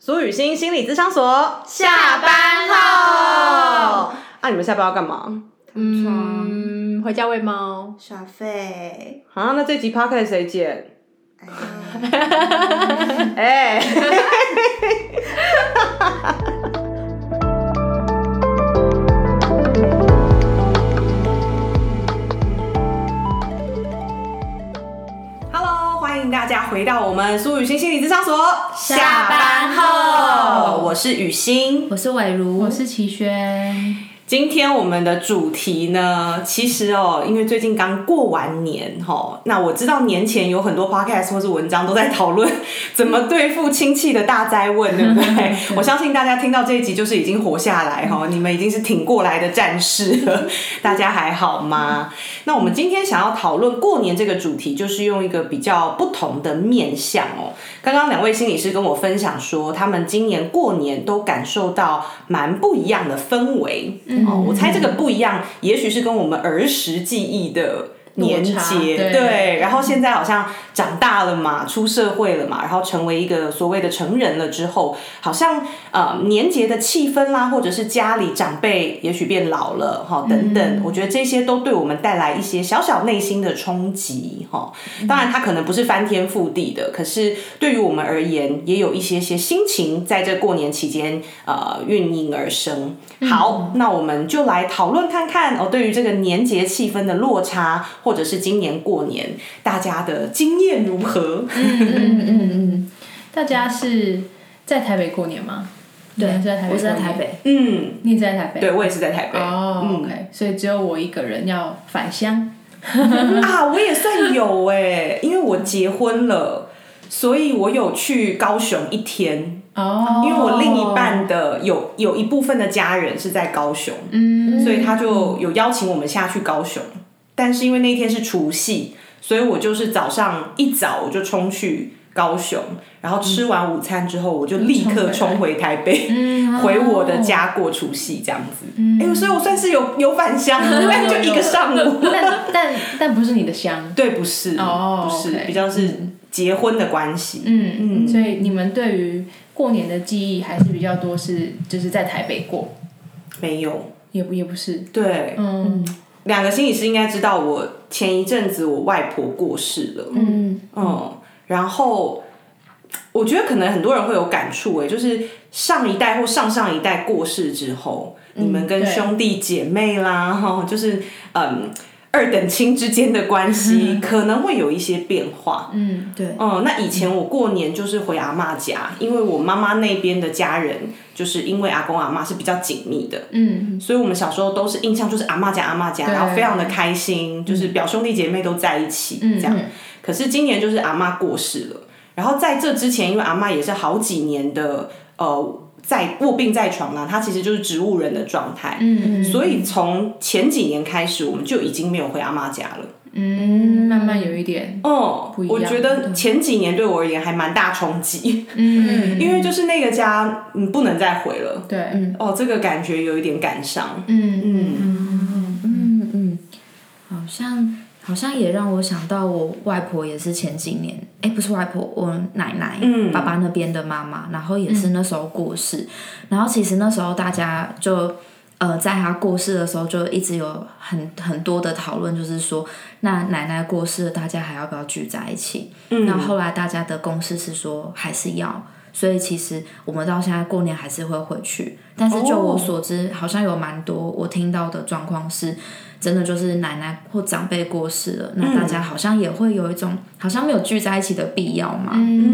苏雨欣心理咨商所下班后， 你们下班要干嘛？ 回家喂猫， 耍废。 那这集 podcast 谁剪？Hello， 欢迎大家回到我们苏雨欣心理咨商所下班后， 我是雨欣， 我是伟如， 我是齐轩。 今天我们的主题呢，其实因为最近刚过完年那我知道年前有很多 podcast 或是文章都在讨论怎么对付亲戚的大灾问，对不对？我相信大家听到这一集就是已经活下来你们已经是挺过来的战士了，大家还好吗？那我们今天想要讨论过年这个主题，就是用一个比较不同的面向刚刚两位心理师跟我分享说，他们今年过年都感受到蛮不一样的氛围。我猜这个不一样，也许是跟我们儿时记忆的年节，对，然后现在好像长大了嘛，出社会了嘛，然后成为一个所谓的成人了之后，好像年节的气氛啦，或者是家里长辈也许变老了等等，我觉得这些都对我们带来一些小小内心的冲击当然它可能不是翻天覆地的，可是对于我们而言，也有一些心情在这过年期间孕育而生。好，那我们就来讨论看看对于这个年节气氛的落差，或者是今年过年大家的经验如何？ 大家是在台北过年吗？ 对， 我是在台北。 你也在台北？ 对，我也是在台北。 OK， 所以只有我一个人要返乡。 我也算有因为我结婚了，所以我有去高雄一天。因为我另一半的有一部分的家人是在高雄，所以他就有邀请我们下去高雄。但是因为那一天是除夕，所以我就是早上一早我就冲去高雄，然后吃完午餐之后，我就立刻冲回台北，回我的家过除夕这样子。所以我算是有返乡，就一个上午。 但不是你的乡？ 对，不是，不是，比较是结婚的关系。 所以你们对于过年的记忆还是比较多是就是在台北过？没有，也不是。 对，两个心理师应该知道，我前一阵子我外婆过世了。然后我觉得可能很多人会有感触就是上一代或上上一代过世之后，你们跟兄弟姐妹啦，就是二等亲之间的关系可能会有一些变化。 对。 那以前我过年就是回阿嬷家，因为我妈妈那边的家人就是因为阿公阿嬷是比较紧密的，所以我们小时候都是印象就是阿嬷家，然后非常的开心，就是表兄弟姐妹都在一起这样。可是今年就是阿嬷过世了，然后在这之前，因为阿嬷也是好几年的在卧病在床啦，她其实就是植物人的状态，所以从前几年开始，我们就已经没有回阿嬷家了。 慢慢有一点不一样。 我觉得前几年对我而言还蛮大衝击，因为就是那个家不能再回了。 对， 这个感觉有一点感伤。 好像也让我想到我外婆也是前几年，不是外婆，我奶奶，爸爸那边的妈妈，然后也是那时候过世，然后其实那时候大家就在她过世的时候就一直有很多的讨论，就是说那奶奶过世了，大家还要不要聚在一起？然后后来大家的共识是说还是要，所以其实我们到现在过年还是会回去，但是就我所知，好像有蛮多我听到的状况是真的就是奶奶或长辈过世了，那大家好像也会有一种好像没有聚在一起的必要嘛。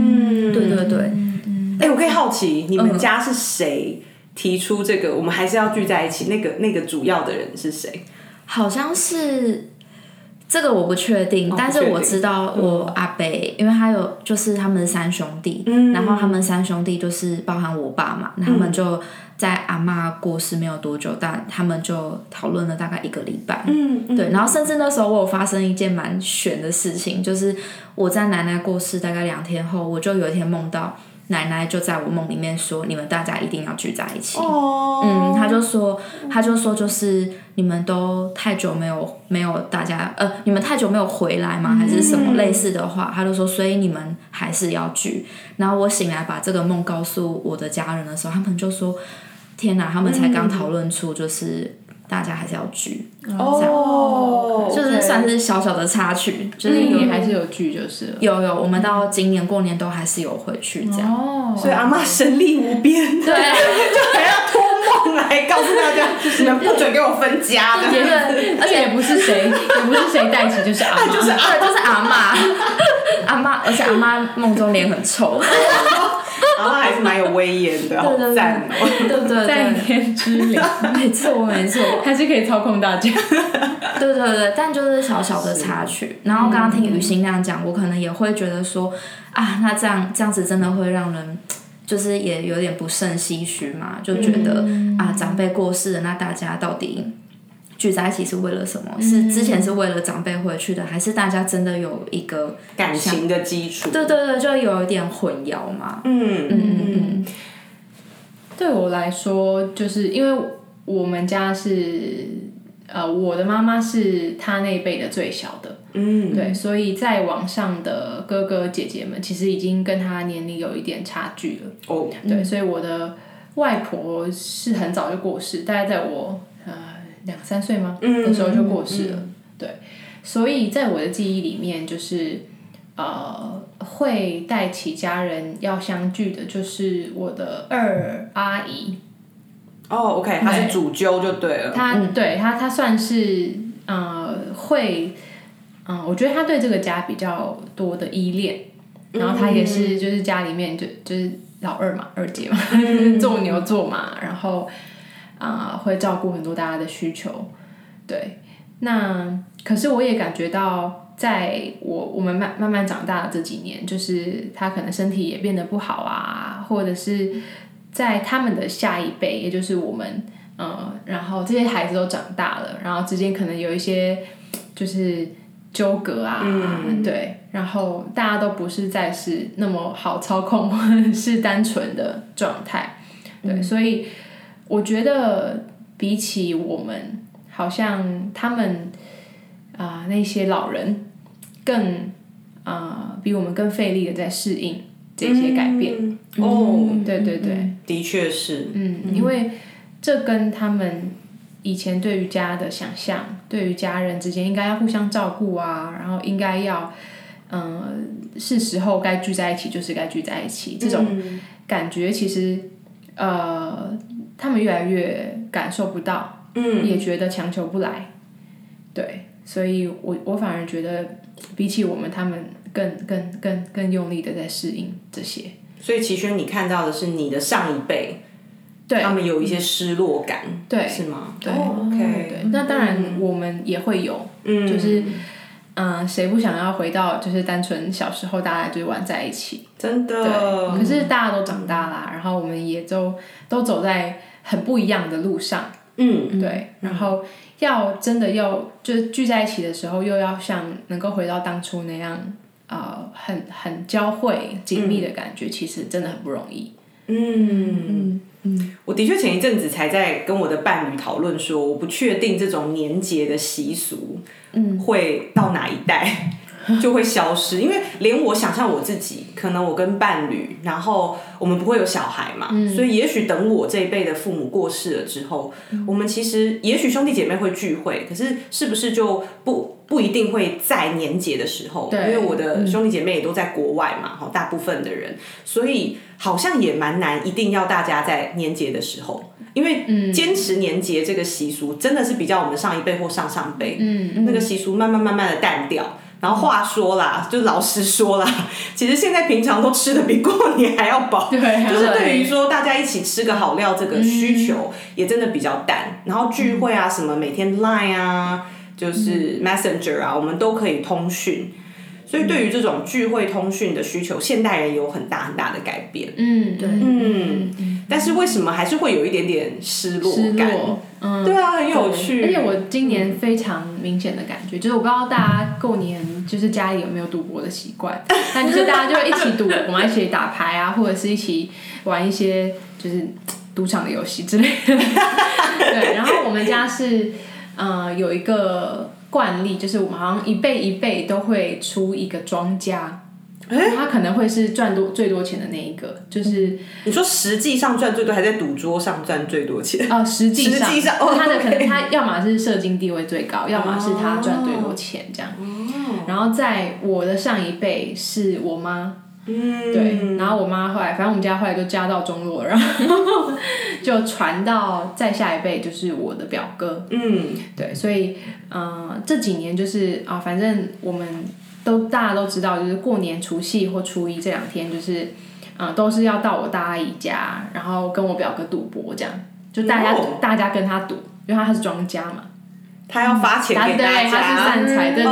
对。 我可以好奇你们家是谁提出这个我们还是要聚在一起，那个主要的人是谁？ 好像是这个我不确定，但是我知道我阿伯，因为他有就是他们三兄弟，然后他们三兄弟就是包含我爸嘛，他们就在阿嬷过世没有多久，但他们就讨论了大概1个礼拜。对，然后甚至那时候我有发生一件蛮悬的事情，就是我在奶奶过世大概2天后，我就有一天梦到奶奶就在我梦里面说，你们大家一定要聚在一起。他就说就是你们都太久没有大家你们太久没有回来吗？还是什么类似的话，他就说所以你们还是要聚。然后我醒来把这个梦告诉我的家人的时候，他们就说天哪，他们才刚讨论出就是大家还是要聚就是算是小小的插曲，就是你还是有聚就是了。 有我们到今年过年都还是有回去这样。 所以阿嬷神力无边，对，就还要托梦来告诉大家，你们不准给我分家的， 而且也不是谁带起，就是阿嬷， 就是阿嬷，而且阿嬷梦中脸很臭。 然后还是蛮有威严的，好赞哦！ 对， 在天之灵， 没错， 还是可以操控大家。 对，但就是小小的插曲。然后刚刚听雨欣那样讲，我可能也会觉得说啊，那这样子真的会让人就是也有点不胜唏嘘嘛，就觉得长辈过世了，那大家到底聚在一起是为了什么？是之前是为了长辈回去的，还是大家真的有一个感情的基础？ 对，就有一点混淆嘛。 对我来说，就是因为我们家是我的妈妈是她那一辈的最小的，对，所以在网上的哥哥姐姐们其实已经跟她年龄有一点差距了。对，所以我的外婆是很早就过世，大概在我2-3岁吗？那时候就过世了。对，所以在我的记忆里面，就是会带起家人要相聚的，就是我的二阿姨。 OK， 她是主揪就对了。 她算是会我觉得她对这个家比较多的依恋，然后她也是就是家里面就是老二嘛，二姐嘛，做牛做马，然后会照顾很多大家的需求。对，那可是我也感觉到在我们慢慢长大的这几年，就是他可能身体也变得不好啊，或者是在他们的下一辈，也就是我们然后这些孩子都长大了，然后之间可能有一些就是纠葛啊，对，然后大家都不是再是那么好操控或者是单纯的状态。对，所以我觉得比起我们，好像他们那些老人更比我们更费力的在适应这些改变。对， 的确是。 因为这跟他们以前对于家的想象，对于家人之间应该要互相照顾啊，然后应该要是时候该聚在一起就是该聚在一起，这种感觉其实他们越来越感受不到，也觉得强求不来。对，所以我反而觉得比起我们，他们更用力的在适应这些。 所以齐轩，你看到的是你的上一辈，对他们有一些失落感， 对， 是吗？ 对 ，OK， 对，那当然我们也会有，就是谁不想要回到就是单纯小时候大家就是玩在一起， 真的。 对，可是大家都长大啦，然后我们也都走在很不一样的路上，对，然后要真的要就是聚在一起的时候，又要像能够回到当初那样很交汇紧密的感觉，其实真的很不容易。 我的确前一阵子才在跟我的伴侣讨论说，我不确定这种年节的习俗会到哪一代就会消失，因为连我想象我自己，可能我跟伴侣，然后我们不会有小孩嘛，所以也许等我这一辈的父母过世了之后，我们其实也许兄弟姐妹会聚会，可是是不是就不一定会在年节的时候，因为我的兄弟姐妹也都在国外嘛，大部分的人，所以好像也蛮难一定要大家在年节的时候，因为坚持年节这个习俗真的是比较我们上一辈或上上辈，那个习俗慢慢的淡掉。然后话说啦，就老实说啦，其实现在平常都吃的比过年还要饱，就是对于说大家一起吃个好料这个需求也真的比较淡。然后聚会啊，什么每天 Line 啊，就是 Messenger 啊，我们都可以通讯。所以对于这种聚会通讯的需求，现代人有很大的改变。 对。 但是为什么还是会有一点点失落感？对啊，很有趣。 而且我今年非常明显的感觉，就是我不知道大家过年就是家里有没有赌博的习惯，但就是大家就会一起赌，我们一起打牌啊，或者是一起玩一些就是赌场的游戏之类的。对，然后我们家是有一个惯例，就是我们好像一辈一辈都会出一个庄家。他可能会是赚最多钱的那一个，就是你说实际上赚最多，还在赌桌上赚最多钱？ 实际上他的可能他要么是社经地位最高，要么是他赚最多钱这样。然后在我的上一辈是我妈，对，然后我妈后来，反正我们家后来就家道中落，然后就传到再下一辈就是我的表哥，对，所以这几年就是反正我们。大家都知道，就是过年除夕或初一这2天，就是都是要到我大阿姨家，然后跟我表哥赌博，这样就大家跟他赌，因为他是庄家嘛， 他要发钱给大家， 对，他是散财，对，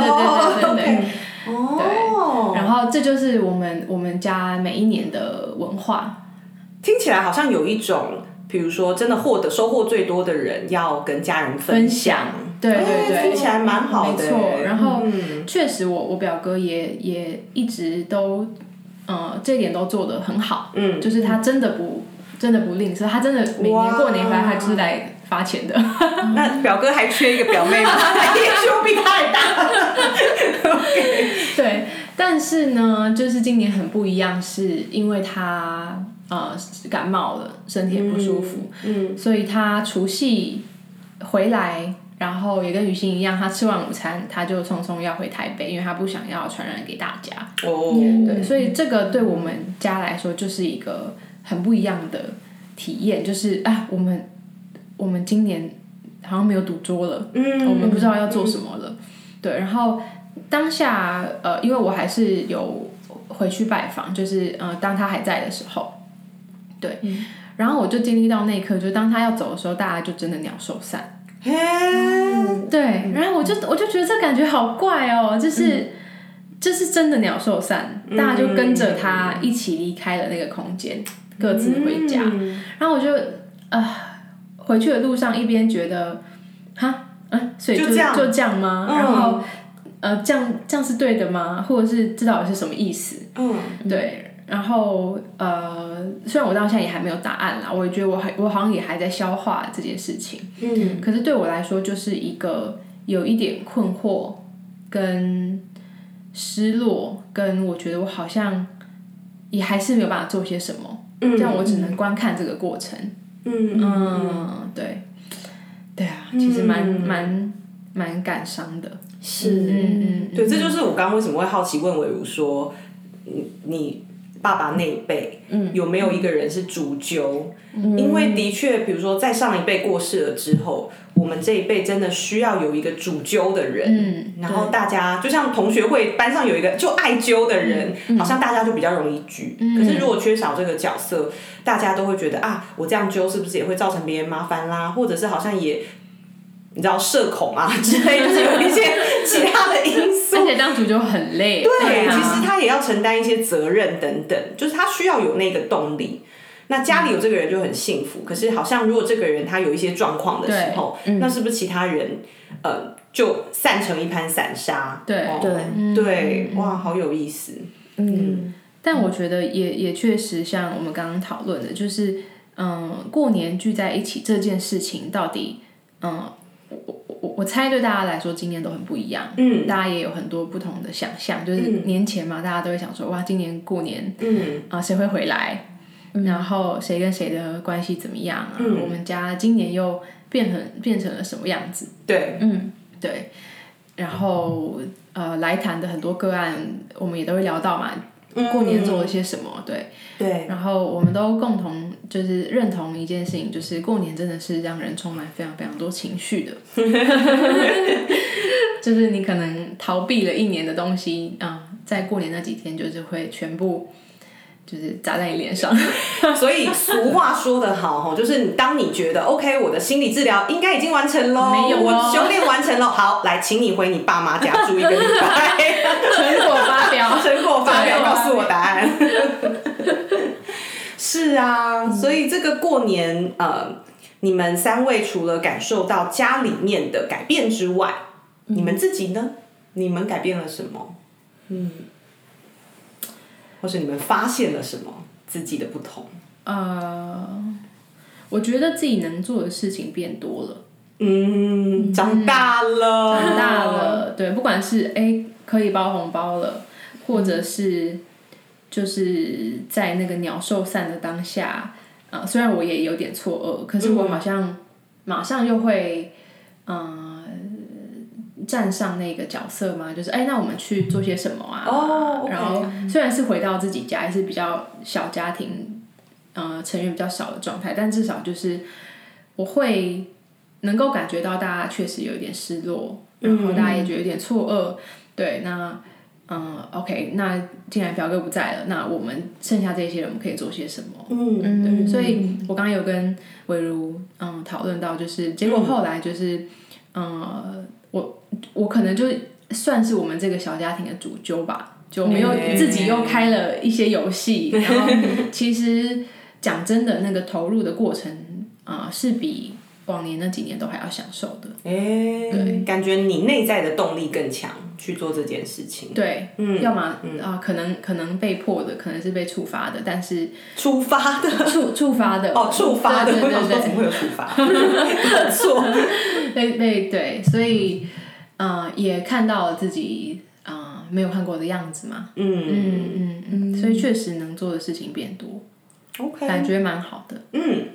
然后这就是我们家每一年的文化。 听起来好像有一种，比如说真的收获最多的人要跟家人分享。 对， 听起来蛮好的。 没错，然后确实我表哥也一直都这一点都做得很好，就是他真的不吝啬，他真的每年过年回来他就是来发钱的。 那表哥还缺一个表妹吗？也就比他还大。 对，但是呢，就是今年很不一样，是因为他感冒了，身体不舒服，所以他除夕回来。然后也跟雨欣一样，他吃完午餐，他就匆匆要回台北，因为他不想要传染给大家。对，所以这个对我们家来说就是一个很不一样的体验，就是我们今年好像没有赌桌了，我们不知道要做什么了。对，然后当下因为我还是有回去拜访，就是当他还在的时候，对，然后我就经历到那一刻，就是当他要走的时候，大家就真的鸟兽散。对，然后我就觉得这感觉好怪哦，就是真的鸟兽散，大家就跟着他一起离开了那个空间，各自回家。然后我就回去的路上一边觉得所以就这样吗？然后这样是对的吗？或者是这到底是什么意思？对。然后虽然我到现在也还没有答案啦，我也觉得我好像也还在消化这件事情。可是对我来说就是一个有一点困惑跟失落，跟我觉得我好像也还是没有办法做些什么，这样我只能观看这个过程。对啊，其实蛮感伤的。 是，对，这就是我刚刚为什么会好奇问伟如说你爸爸那一辈，有没有一个人是主揪？因为的确，比如说在上一辈过世了之后，我们这一辈真的需要有一个主揪的人，然后大家就像同学会班上有一个就爱揪的人，好像大家就比较容易聚。可是如果缺少这个角色，大家都会觉得我这样揪是不是也会造成别人麻烦啦？或者是好像也。你知道社恐啊之类，就是有一些其他的因素， 而且当主就很累。 对，其实他也要承担一些责任等等，就是他需要有那个动力。那家里有这个人就很幸福，可是好像如果这个人他有一些状况的时候，那是不是其他人就散成一盘散沙？对，哇，好有意思。 但我觉得也确实像我们刚刚讨论的，就是过年聚在一起这件事情到底我猜对大家来说今年都很不一样，大家也有很多不同的想象，就是年前嘛，大家都会想说哇，今年过年，谁会回来，然后谁跟谁的关系怎么样啊？我们家今年又变成了什么样子？ 对， 对，然后来谈的很多个案，我们也都会聊到嘛，过年做了些什么，对，然后我们都共同就是认同一件事情，就是过年真的是让人充满非常非常多情绪的，就是你可能逃避了一年的东西在过年那几天就是会全部就是砸在你脸上。 所以俗话说得好，就是当你觉得 OK， 我的心理治疗应该已经完成咯， 没有我修炼完成了，好，来，请你回你爸妈家住1个礼拜。成果发表，告诉我答案。 是啊，所以这个过年你们3位除了感受到家里面的改变之外，你们自己呢？你们改变了什么？或是你们发现了什么自己的不同？ 我觉得自己能做的事情变多了。 长大了， 对，不管是可以包红包了，或者是就是在那个鸟兽散的当下，虽然我也有点错愕，可是我好像马上又会站上那个角色嘛，就是那我们去做些什么啊？ okay. 然后虽然是回到自己家，也是比较小家庭，成员比较少的状态，但至少就是我会能够感觉到大家确实有一点失落，然后大家也觉得有点错愕。对，那OK， 那既然表哥不在了，那我们剩下这些人我们可以做些什么？对，所以我刚刚有跟伟如讨论到，就是结果后来就是我可能就算是我们这个小家庭的主揪吧，就我们又自己又开了一些游戏，然后其实讲真的，那个投入的过程是比往年那几年都还要享受的。 对，感觉你内在的动力更强去做这件事情。 对，要么可能被迫的，可能是被触发的，但是触发的， 触发的触发的， 对， 怎么会有触发？没错， 对，所以也看到了自己没有看过的样子嘛。所以确实能做的事情变多。 OK， 感觉蛮好的。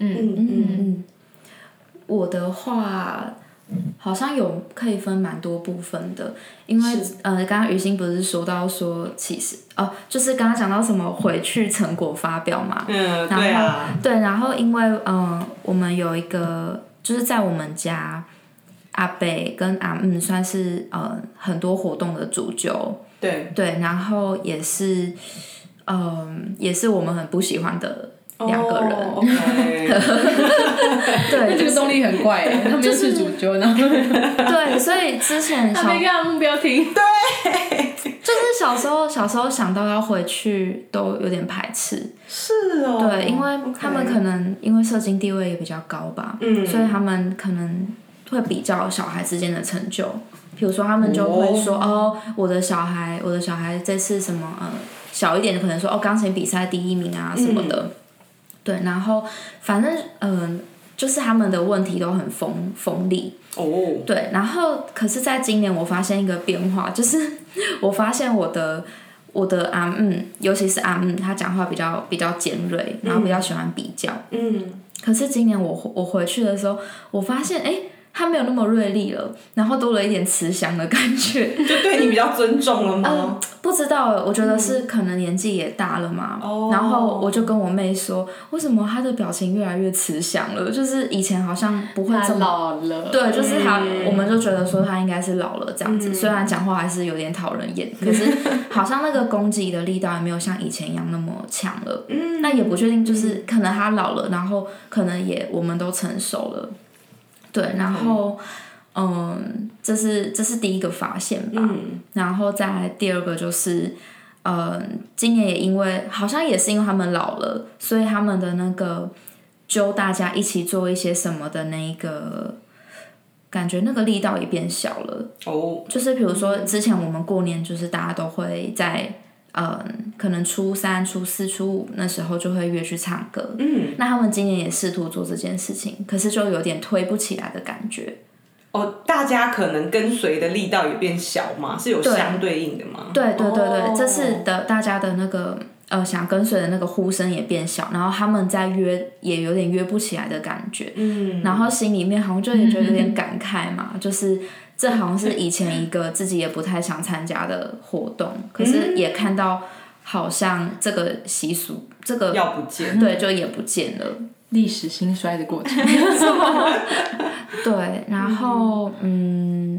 我的话好像有可以分蛮多部分的，因为刚刚于心不是说到说其实就是刚刚讲到什么回去成果发表嘛， 对啊， 对，然后因为我们有一个就是在我们家阿北跟阿算是很多活动的主揪， 对， 然后也是我们很不喜欢的2个人。 Okay. 对， 这个动力很怪他们就是主揪呢。 对，所以之前每个目标停。 对，就是小时候想到要回去都有点排斥。 是哦。 对，因为他们可能因为社经地位也比较高吧，所以他们可能会比较小孩之间的成就，比如说他们就会说我的小孩这次什么小一点的可能说钢琴比赛第1名啊什么的。对，然后反正就是他们的问题都很锋利。对，然后可是在今年我发现一个变化，就是我发现我的阿尤其是阿他讲话比较尖锐，然后比较喜欢比较。可是今年我回去的时候，我发现他没有那么锐利了，然后多了一点慈祥的感觉。 就对你比较尊重了吗？ 不知道，我觉得是可能年纪也大了嘛。然后我就跟我妹说，为什么她的表情越来越慈祥了？就是以前好像不会这么老了。 对，就是我们就觉得说她应该是老了这样子。虽然讲话还是有点讨人厌，可是好像那个攻击的力道也没有像以前一样那么强了。那也不确定，就是可能她老了，然后可能我们都成熟了。对，然后这是第一个发现吧。然后再来第2个就是今年也好像也是因为他们老了，所以他们的那个揪大家一起做一些什么的那个感觉，那个力道也变小了。就是比如说之前我们过年就是大家都会在可能初3、初4、初5那时候就会约去唱歌。那他们今年也试图做这件事情，可是就有点推不起来的感觉。 大家可能跟随的力道也变小嘛，是有相对应的吗？ 对，这次的大家的那个想跟随的那个呼声也变小，然后他们在约也有点约不起来的感觉。然后心里面好像就也觉得有点感慨嘛，就是这好像是以前一个自己也不太想参加的活动，可是也看到好像这个习俗这个要不见， 对，就也不见了。 历史兴衰的过程。 对，然后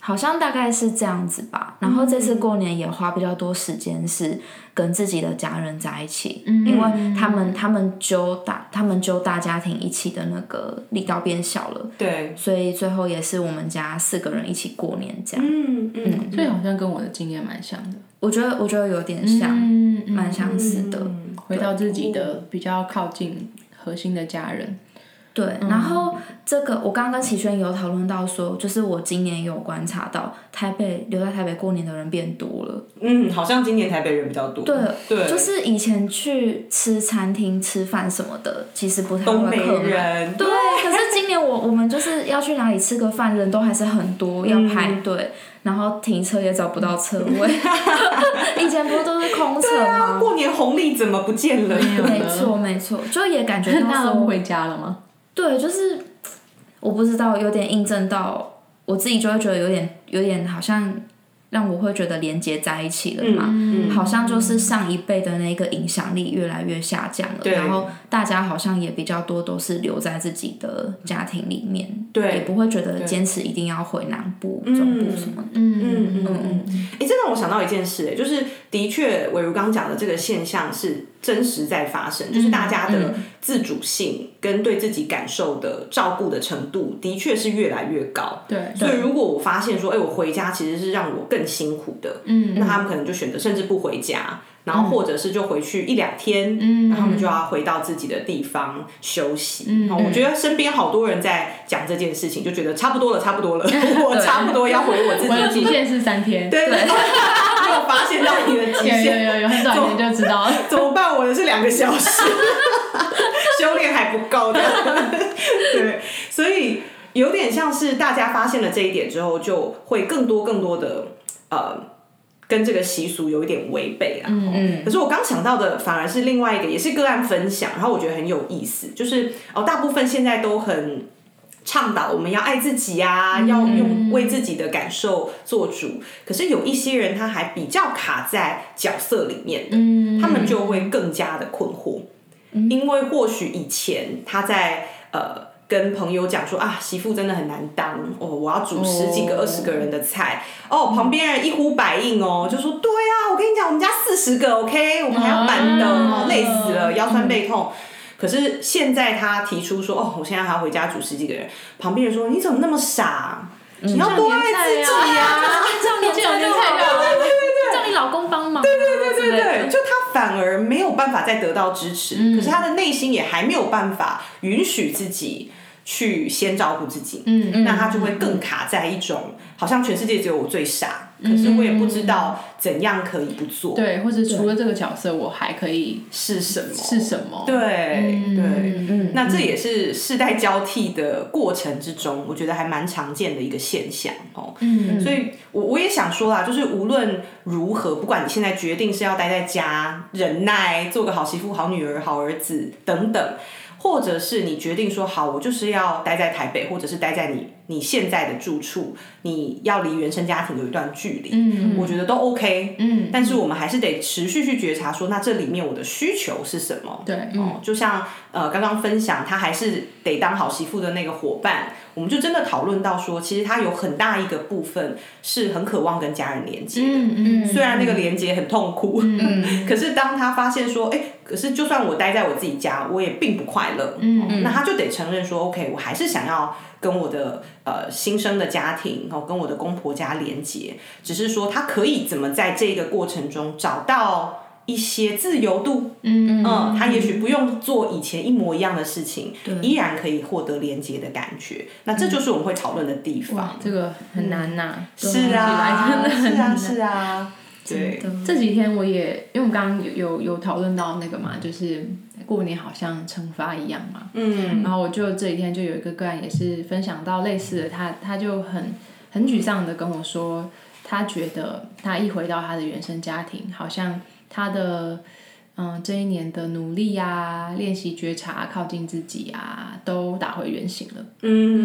好像大概是这样子吧。然后这次过年也花比较多时间是跟自己的家人在一起，因为他们揪大家庭一起的那个力道变小了， 对， 所以最后也是我们家4个人一起过年这样。 所以好像跟我的经验蛮像的。 我觉得有点像，蛮相似的。 回到自己的比较靠近核心的家人。 对，然后这个我刚刚跟齐轩有讨论到说，就是我今年有观察到留在台北过年的人变多了。 好像今年台北人比较多。 对，就是以前去吃餐厅吃饭什么的，其实不太都没会客人。 对，可是今年我们就是要去哪里吃个饭，人都还是很多，要排队，然后停车也找不到车位。以前不是都是空车吗？ 过年红利怎么不见了？ 没错，就也感觉到大家都不回家了吗？ 对，就是我不知道，有点印证到我自己，就会觉得有点好像让我会觉得连接在一起了嘛，好像就是上一辈的那个影响力越来越下降了，然后大家好像也比较多都是留在自己的家庭里面，也不会觉得坚持一定要回南部、中部什么的。 这让我想到一件事，就是的确，伟如刚讲的这个现象是真实在发生，就是大家的自主性跟对自己感受的照顾的程度，的确是越来越高。 对， 所以如果我发现说，我回家其实是让我更辛苦的，那他们可能就选择甚至不回家。然后或者是就回去1-2天，然后他们就要回到自己的地方休息。我觉得身边好多人在讲这件事情，就觉得差不多了，我差不多要回我自己。 我的极限是3天。 对，你有发现到你的极限？ 有，很短点就知道了。 怎么办？我的是2个小时，修炼还不够的。对，所以有点像是大家发现了这一点之后，就会更多的跟这个习俗有一点违背啦。可是我刚想到的反而是另外一个，也是个案分享，然后我觉得很有意思，就是大部分现在都很倡导我们要爱自己啊，要用为自己的感受做主。可是有一些人他还比较卡在角色里面的，他们就会更加的困惑，因为或许以前他在跟朋友讲说啊，媳妇真的很难当哦，我要煮10几个、20个人的菜哦，旁边人一呼百应哦，就说对啊，我跟你讲，我们家40个 OK， 我们还要板凳哦，累死了，腰酸背痛。可是现在他提出说我现在还要回家煮10几个人，旁边人说你怎么那么傻？你要多爱自己啊！ 叫年菜就好了，叫你老公帮忙。 对，就他反而没有办法再得到支持，可是他的内心也还没有办法允许自己去先照顾自己，那他就会更卡在一种好像全世界只有我最傻，可是我也不知道怎样可以不做， 对，或者除了这个角色我还可以是什么？ 对， 那这也是世代交替的过程之中，我觉得还蛮常见的一个现象所以我也想说啦，就是无论如何，不管你现在决定是要待在家忍耐，做个好媳妇、好女儿、好儿子等等，或者是你决定说好，我就是要待在台北，或者是待在你现在的住处，你要离原生家庭有一段距离，我觉得都 OK，但是我们还是得持续去觉察说，那这里面我的需求是什么？ 对， 就像刚刚分享，他还是得当好媳妇的那个伙伴，我们就真的讨论到说，其实他有很大一个部分是很渴望跟家人连接的，虽然那个连接很痛苦，可是当他发现说，可是就算我待在我自己家，我也并不快乐，那他就得承认说 OK， 我还是想要跟我的新生的家庭跟我的公婆家连结，只是说他可以怎么在这个过程中找到一些自由度，他也许不用做以前一模一样的事情，依然可以获得连结的感觉，那这就是我们会讨论的地方。 这个很难呐， 是啊， 真的很难， 是啊。对， 这几天我也因为我们刚刚有讨论到那个嘛，就是过年好像惩罚一样嘛，然后我就这几天就有一个个案也是分享到类似的，他就很沮丧的跟我说，他觉得他一回到他的原生家庭，好像他的这一年的努力啊，练习觉察、靠近自己啊，都打回原形了。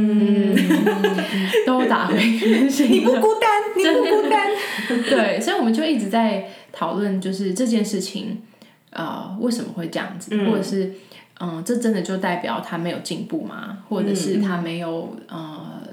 都打回原形了。 你不孤单，你不孤单。 对，所以我们就一直在讨论，就是这件事情，为什么会这样子，或者是，这真的就代表他没有进步吗？或者是他没有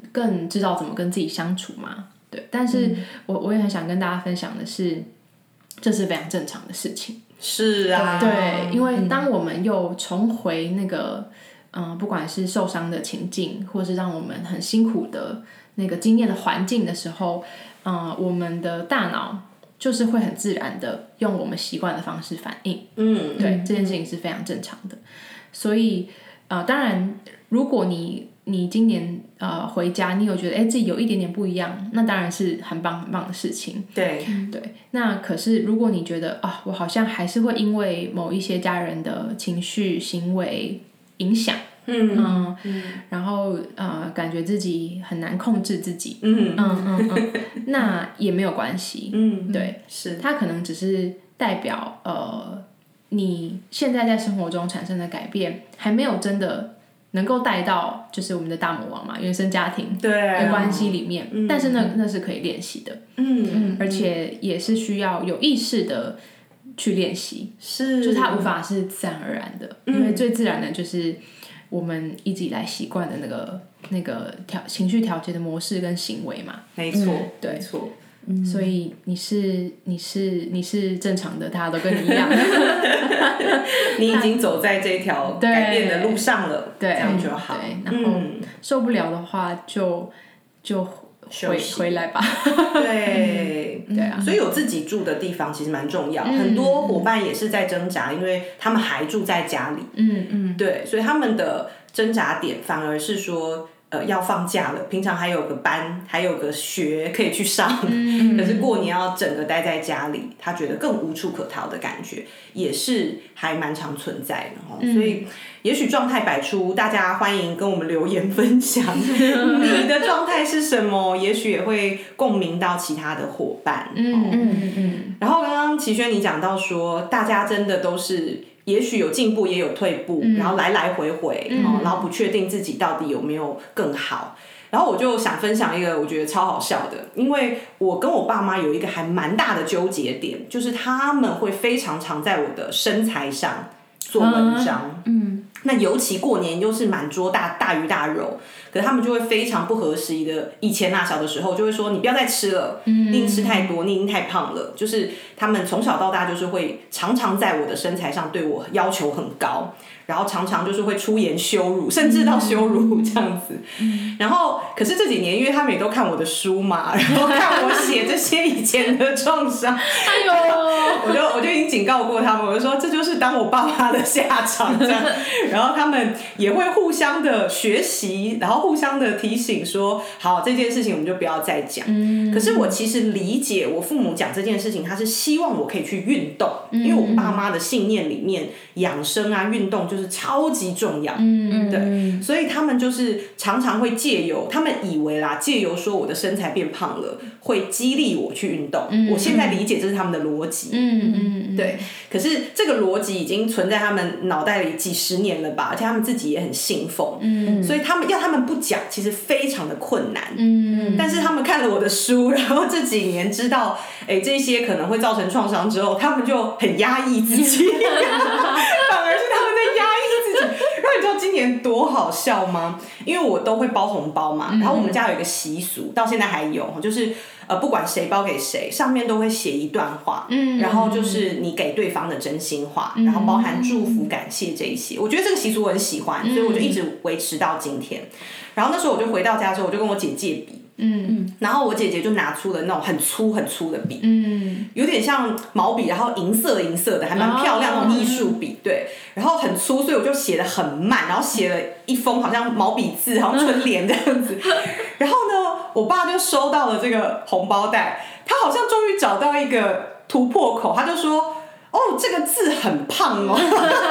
更知道怎么跟自己相处嘛。对，但是我也很想跟大家分享的是，这是非常正常的事情。 是啊， 对，因为当我们又重回那个不管是受伤的情境，或是让我们很辛苦的那个经验的环境的时候，我们的大脑就是会很自然的用我们习惯的方式反应。对，这件事情是非常正常的。所以当然，如果你今年回家，你有觉得自己有一点点不一样，那当然是很棒很棒的事情。 对， 那可是如果你觉得我好像还是会因为某一些家人的情绪行为影响，然后感觉自己很难控制自己，那也没有关系。对， 是它可能只是代表你现在在生活中产生的改变还没有真的能够带到就是我们的大魔王嘛，原生家庭的关系里面，但是那是可以练习的，而且也是需要有意识的去练习，就是它无法是自然而然的，因为最自然的就是我们一直以来习惯的那个情绪调节的模式跟行为嘛， 没错， 对， 没错。 所以你是正常的，大家都跟你一样， 你已经走在这条改变的路上了， 对， 这样就好。 对，然后受不了的话就回来吧。 对对啊， 所以有自己住的地方其实蛮重要。很多伙伴也是在挣扎，因为他们还住在家里。对，所以他们的挣扎点反而是说。要放假了，平常还有个班，还有个学可以去上，可是过年要整个待在家里，他觉得更无处可逃的感觉，也是还蛮常存在的。所以也许状态百出，大家欢迎跟我们留言分享你的状态是什么，也许也会共鸣到其他的伙伴。然后刚刚齐轩你讲到说，大家真的都是。也许有进步，也有退步，然后来来回回，然后不确定自己到底有没有更好。然后我就想分享一个我觉得超好笑的，因为我跟我爸妈有一个还蛮大的纠结点，就是他们会非常常在我的身材上做文章。那尤其过年又是满桌大鱼大肉，可是他们就会非常不合时宜的。以前小的时候就会说你不要再吃了，你吃太多，你已经太胖了。就是他们从小到大就是会常常在我的身材上对我要求很高，然后常常就是会出言羞辱，甚至到羞辱这样子。然后可是这几年因为他们也都看我的书嘛，然后看我写这些以前的创伤，我就已经警告过他们，我就说这就是当我爸妈的下场这样。然后他们也会互相的学习，然后互相的提醒说，好，这件事情我们就不要再讲。可是我其实理解我父母讲这件事情，他是希望我可以去运动，因为我爸妈的信念里面，养生啊、运动就是超级重要。对，所以他们就是常常会借由，他们以为啦，借由说我的身材变胖了，会激励我去运动。我现在理解这是他们的逻辑。对。可是这个逻辑已经存在他们脑袋里几十年了吧，而且他们自己也很信奉。所以他们不讲，其实非常的困难。但是他们看了我的书，然后这几年知道，这些可能会造成创伤之后，他们就很压抑自己，反而是他们在压抑自己。然后你知道今年多好笑吗？因为我都会包红包嘛，然后我们家有一个习俗，到现在还有，就是不管谁包给谁，上面都会写一段话，然后就是你给对方的真心话，然后包含祝福、感谢这一些。我觉得这个习俗我很喜欢，所以我就一直维持到今天。然后那时候我就回到家之后，我就跟我姐借笔。然后我姐姐就拿出了那种很粗很粗的笔，有点像毛笔，然后银色的，还蛮漂亮那种艺术笔，对，然后很粗，所以我就写得很慢，然后写了一封好像毛笔字，好像春联这样子。然后呢，我爸就收到了这个红包袋，他好像终于找到一个突破口，他就说：“哦，这个字很胖哦。”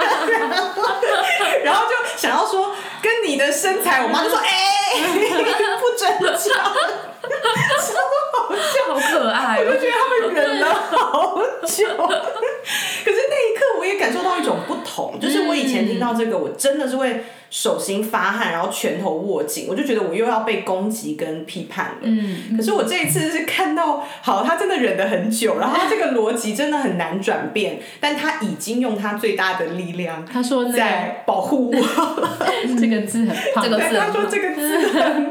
然后就想要说跟你的身材，我妈就说：“不准讲。”超好笑， 好可爱我就觉得他们忍了好久。可是那一刻我也感受到一种不同，就是我以前听到这个，我真的是会手心发汗，然后拳头握紧，我就觉得我又要被攻击跟批判了。可是我这一次是看到，好，他真的忍了很久，然后他这个逻辑真的很难转变，但他已经用他最大的力量， 他说在保护我。 这个字很胖， 这个字很胖， 他说这个字很胖。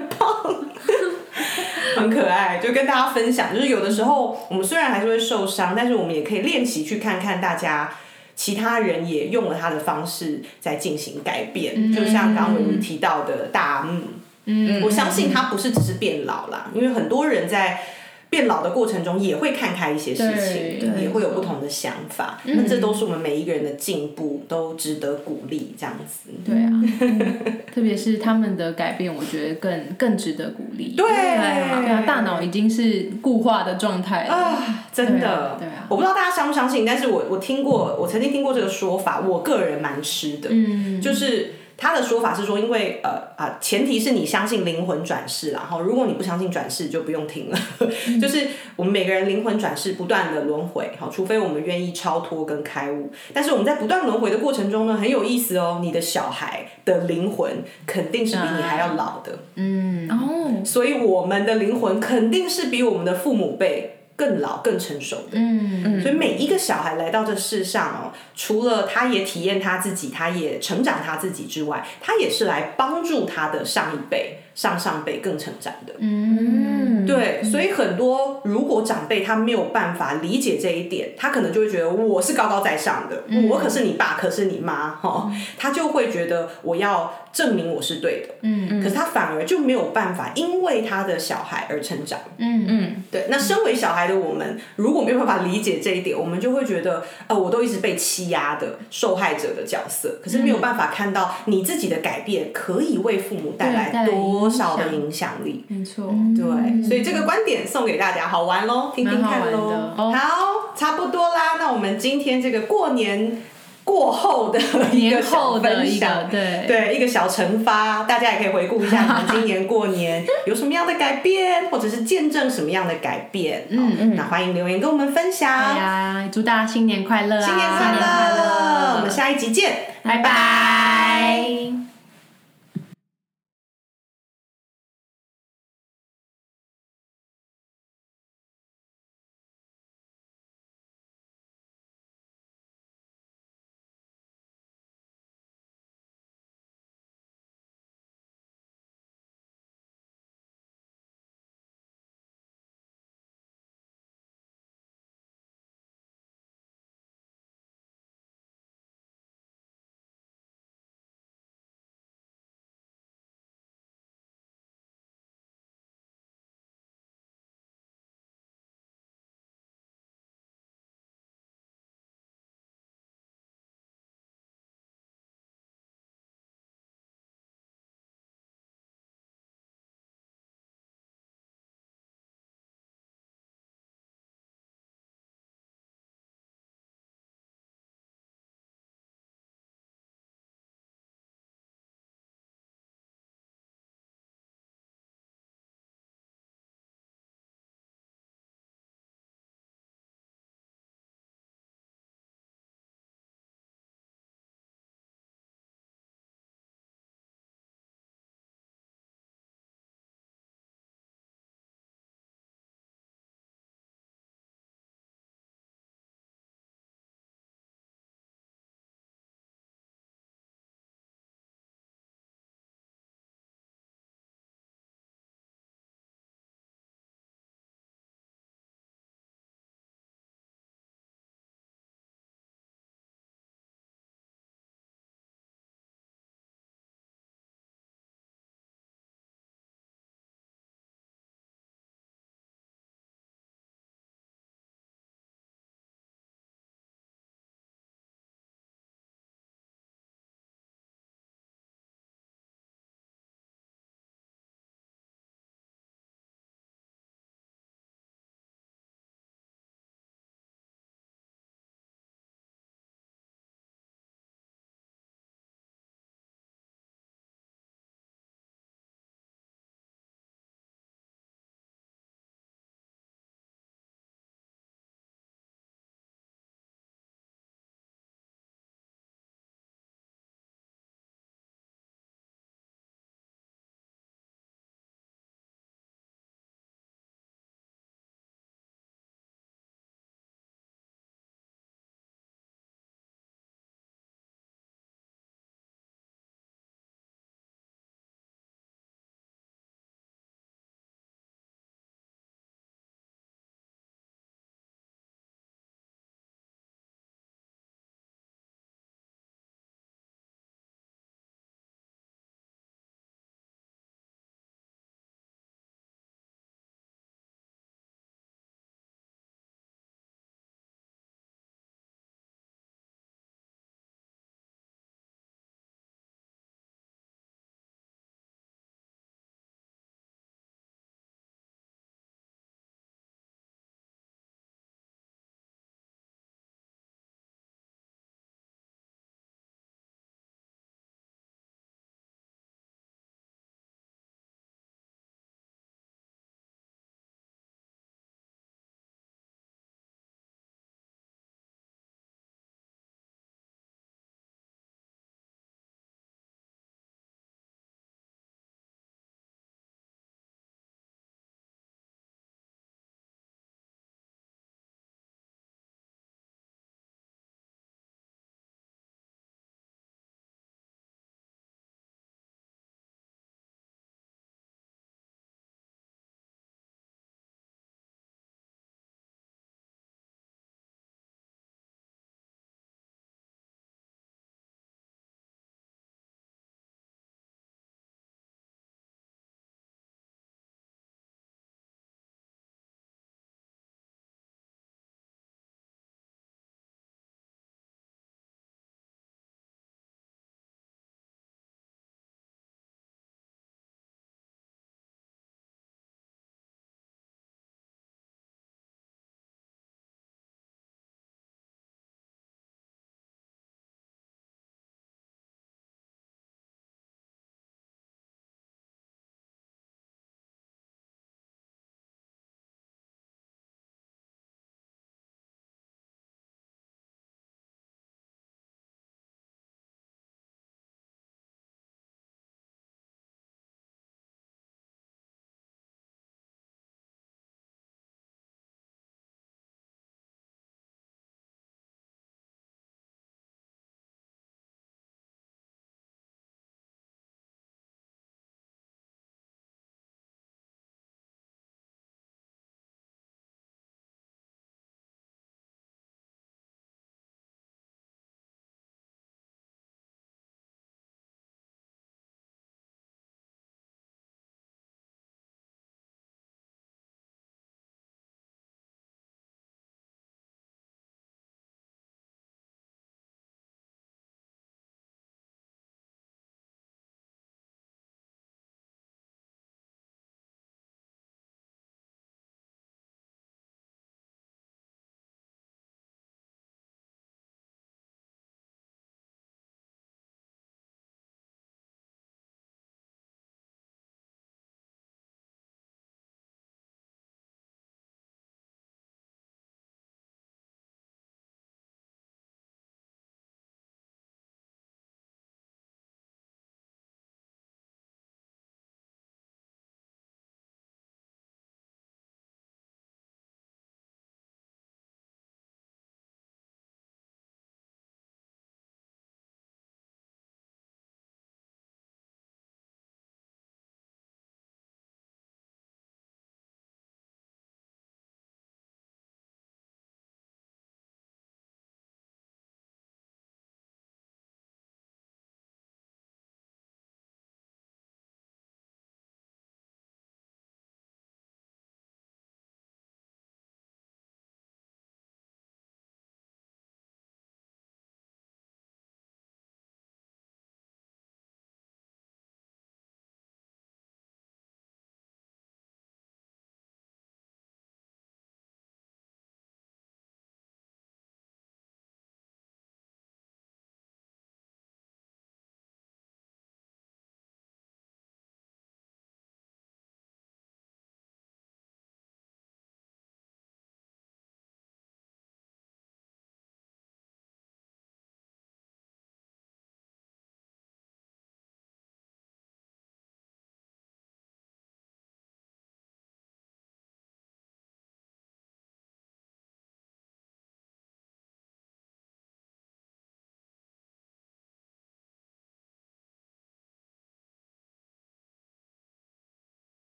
很可爱，就跟大家分享，就是有的时候我们虽然还是会受伤，但是我们也可以练习去看看大家其他人也用了他的方式在进行改变，就像刚刚文瑜提到的大我相信他不是只是变老啦，因为很多人在变老的过程中也会看开一些事情，也会有不同的想法，那这都是我们每一个人的进步，都值得鼓励这样子。 对啊，特别是他们的改变，我觉得更值得鼓励。 对啊，大脑已经是固化的状态了啊，真的。 对啊， 我不知道大家相不相信，但是我曾经听过这个说法，我个人蛮吃的，就是他的说法是说，因为前提是你相信灵魂转世啦，如果你不相信转世就不用听了。就是我们每个人灵魂转世不断的轮回，除非我们愿意超脱跟开悟。但是我们在不断轮回的过程中呢，很有意思哦，你的小孩的灵魂肯定是比你还要老的，所以我们的灵魂肯定是比我们的父母辈更老更成熟的，所以每一个小孩来到这世上除了他也体验他自己，他也成长他自己之外，他也是来帮助他的上一辈、上辈更成长的。对，所以很多如果长辈他没有办法理解这一点，他可能就会觉得我是高高在上的，我可是你爸，可是你妈，他就会觉得我要证明我是对的。可是他反而就没有办法因为他的小孩而成长。对，那身为小孩的我们，如果没有办法理解这一点，我们就会觉得我都一直被欺压的受害者的角色，可是没有办法看到你自己的改变可以为父母带来多少的影响力。 没错， 对，所以这个观点送给大家，好玩咯，听听看咯。好，差不多啦，那我们今天这个过年过后的一个小分享，对一个小惩罚，大家也可以回顾一下你们今年过年有什么样的改变，或者是见证什么样的改变。那欢迎留言跟我们分享。 祝大家新年快乐啊！ 新年快乐！我们下一集见，拜拜。